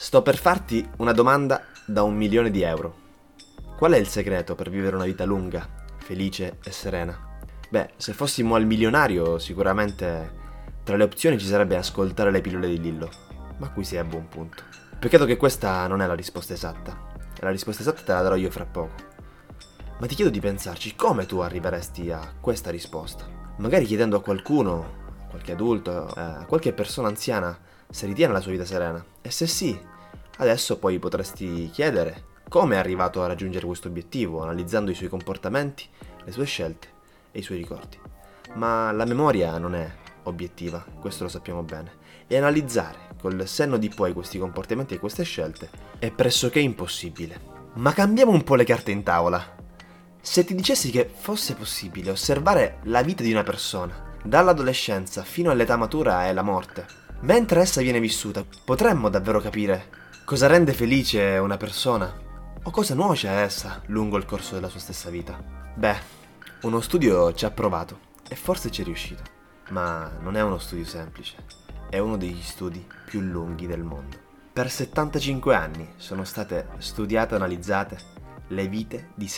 Sto per farti una domanda da 1.000.000 euro. Qual è il segreto per vivere una vita lunga, felice e serena? Beh, se fossimo al milionario, sicuramente tra le opzioni ci sarebbe ascoltare le pillole di Lillo, ma qui sei a buon punto. Peccato che questa non è la risposta esatta. La risposta esatta te la darò io fra poco. Ma ti chiedo di pensarci, come tu arriveresti a questa risposta? Magari chiedendo a qualcuno, qualche adulto, qualche persona anziana, se ritiene la sua vita serena. E se sì, adesso poi potresti chiedere come è arrivato a raggiungere questo obiettivo, analizzando i suoi comportamenti, le sue scelte e i suoi ricordi. Ma la memoria non è obiettiva, questo lo sappiamo bene, e analizzare col senno di poi questi comportamenti e queste scelte è pressoché impossibile. Ma cambiamo un po' le carte in tavola. Se ti dicessi che fosse possibile osservare la vita di una persona, dall'adolescenza fino all'età matura e la morte, mentre essa viene vissuta, potremmo davvero capire cosa rende felice una persona o cosa nuoce a essa lungo il corso della sua stessa vita. Beh, uno studio ci ha provato e forse ci è riuscito, ma non è uno studio semplice, è uno degli studi più lunghi del mondo. Per 75 anni sono state studiate e analizzate le vite di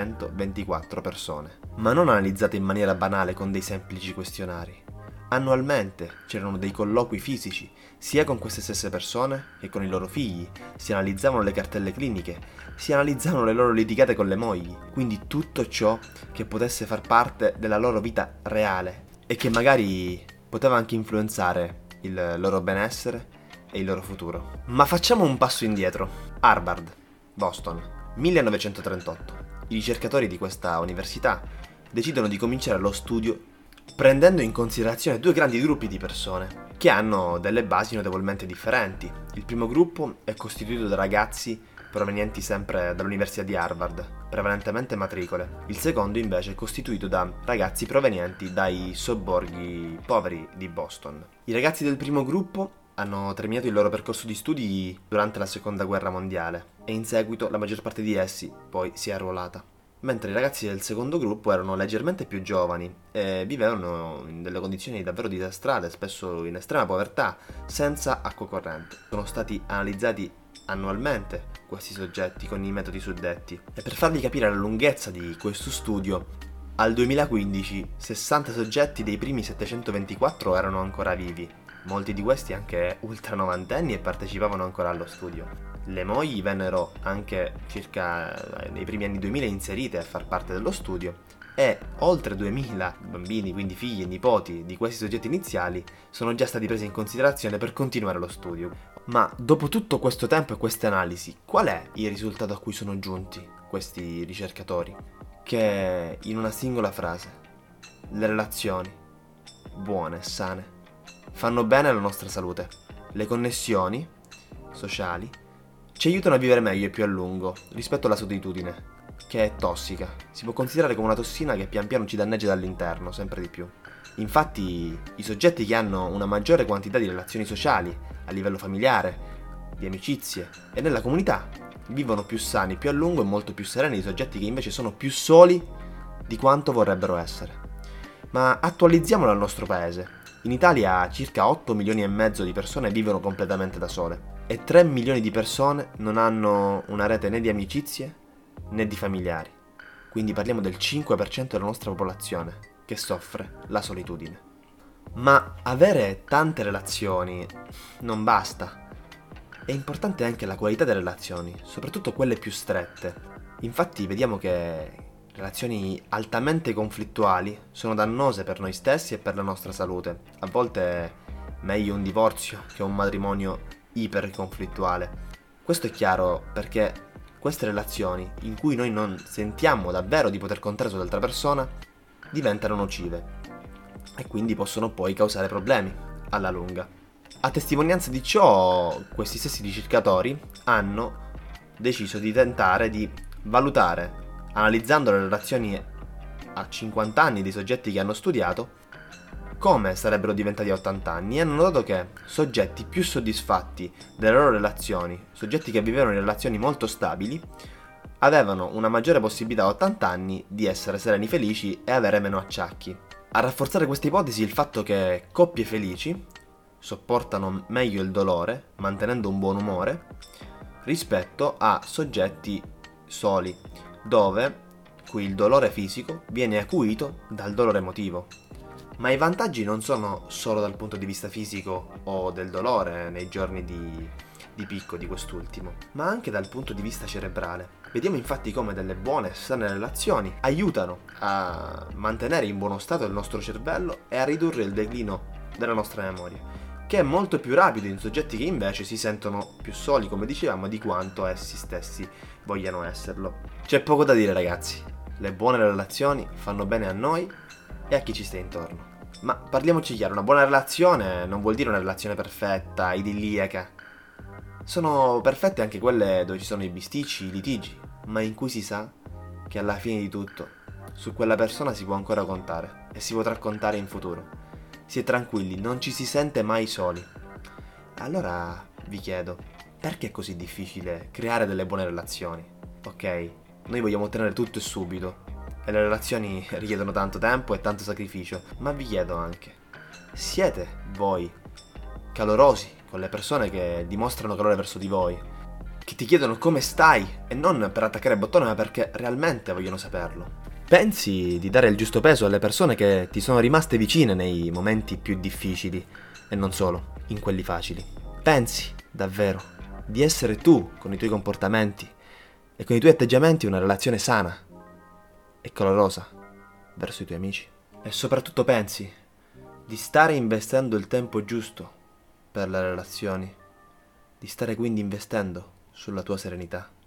724 persone, ma non analizzate in maniera banale con dei semplici questionari. Annualmente c'erano dei colloqui fisici, sia con queste stesse persone che con i loro figli, si analizzavano le cartelle cliniche, si analizzavano le loro litigate con le mogli, quindi tutto ciò che potesse far parte della loro vita reale e che magari poteva anche influenzare il loro benessere e il loro futuro. Ma facciamo un passo indietro. Harvard, Boston, 1938. I ricercatori di questa università decidono di cominciare lo studio prendendo in considerazione due grandi gruppi di persone che hanno delle basi notevolmente differenti. Il primo gruppo è costituito da ragazzi provenienti sempre dall'Università di Harvard, prevalentemente matricole. Il secondo invece è costituito da ragazzi provenienti dai sobborghi poveri di Boston. I ragazzi del primo gruppo hanno terminato il loro percorso di studi durante la seconda guerra mondiale e in seguito la maggior parte di essi poi si è arruolata, mentre i ragazzi del secondo gruppo erano leggermente più giovani e vivevano in delle condizioni davvero disastrate, spesso in estrema povertà, senza acqua corrente. Sono stati analizzati annualmente questi soggetti con i metodi suddetti e per farvi capire la lunghezza di questo studio, al 2015 60 soggetti dei primi 724 erano ancora vivi. Molti di questi anche ultra novantenni e partecipavano ancora allo studio. Le mogli vennero anche circa nei primi anni 2000 inserite a far parte dello studio e oltre 2000 bambini, quindi figli e nipoti di questi soggetti iniziali, sono già stati presi in considerazione per continuare lo studio. Ma dopo tutto questo tempo e queste analisi, qual è il risultato a cui sono giunti questi ricercatori? Che in una singola frase, le relazioni buone e sane fanno bene alla nostra salute. Le connessioni sociali ci aiutano a vivere meglio e più a lungo rispetto alla solitudine, che è tossica. Si può considerare come una tossina che pian piano ci danneggia dall'interno, sempre di più. Infatti, i soggetti che hanno una maggiore quantità di relazioni sociali a livello familiare, di amicizie e nella comunità, vivono più sani, più a lungo e molto più sereni di soggetti che invece sono più soli di quanto vorrebbero essere. Ma attualizziamolo al nostro paese. In Italia circa 8 milioni e mezzo di persone vivono completamente da sole e 3 milioni di persone non hanno una rete né di amicizie né di familiari. Quindi parliamo del 5% della nostra popolazione che soffre la solitudine. Ma avere tante relazioni non basta. È importante anche la qualità delle relazioni, soprattutto quelle più strette. Infatti vediamo che relazioni altamente conflittuali sono dannose per noi stessi e per la nostra salute. A volte è meglio un divorzio che un matrimonio iperconflittuale. Questo è chiaro perché queste relazioni, in cui noi non sentiamo davvero di poter contare sull'altra persona, diventano nocive e quindi possono poi causare problemi alla lunga. A testimonianza di ciò, questi stessi ricercatori hanno deciso di tentare di valutare, analizzando le relazioni a 50 anni dei soggetti che hanno studiato, come sarebbero diventati a 80 anni e hanno notato che soggetti più soddisfatti delle loro relazioni, soggetti che vivevano in relazioni molto stabili, avevano una maggiore possibilità a 80 anni di essere sereni, felici e avere meno acciacchi. A rafforzare questa ipotesi il fatto che coppie felici sopportano meglio il dolore, mantenendo un buon umore, rispetto a soggetti soli, dove qui il dolore fisico viene acuito dal dolore emotivo. Ma i vantaggi non sono solo dal punto di vista fisico o del dolore nei giorni di picco di quest'ultimo, ma anche dal punto di vista cerebrale. Vediamo infatti come delle buone e sane relazioni aiutano a mantenere in buono stato il nostro cervello e a ridurre il declino della nostra memoria, che è molto più rapido in soggetti che invece si sentono più soli, come dicevamo, di quanto essi stessi vogliano esserlo. C'è poco da dire, ragazzi. Le buone relazioni fanno bene a noi e a chi ci sta intorno. Ma parliamoci chiaro, una buona relazione non vuol dire una relazione perfetta, idilliaca. Sono perfette anche quelle dove ci sono i bisticci, i litigi, ma in cui si sa che alla fine di tutto su quella persona si può ancora contare e si potrà contare in futuro. Si è tranquilli, non ci si sente mai soli. Allora vi chiedo, perché è così difficile creare delle buone relazioni? Ok, noi vogliamo ottenere tutto e subito, e le relazioni richiedono tanto tempo e tanto sacrificio, ma vi chiedo anche, siete voi calorosi con le persone che dimostrano calore verso di voi, che ti chiedono come stai e non per attaccare il bottone ma perché realmente vogliono saperlo? Pensi di dare il giusto peso alle persone che ti sono rimaste vicine nei momenti più difficili e non solo, in quelli facili? Pensi davvero di essere tu con i tuoi comportamenti e con i tuoi atteggiamenti una relazione sana e calorosa verso i tuoi amici? E soprattutto pensi di stare investendo il tempo giusto per le relazioni, di stare quindi investendo sulla tua serenità?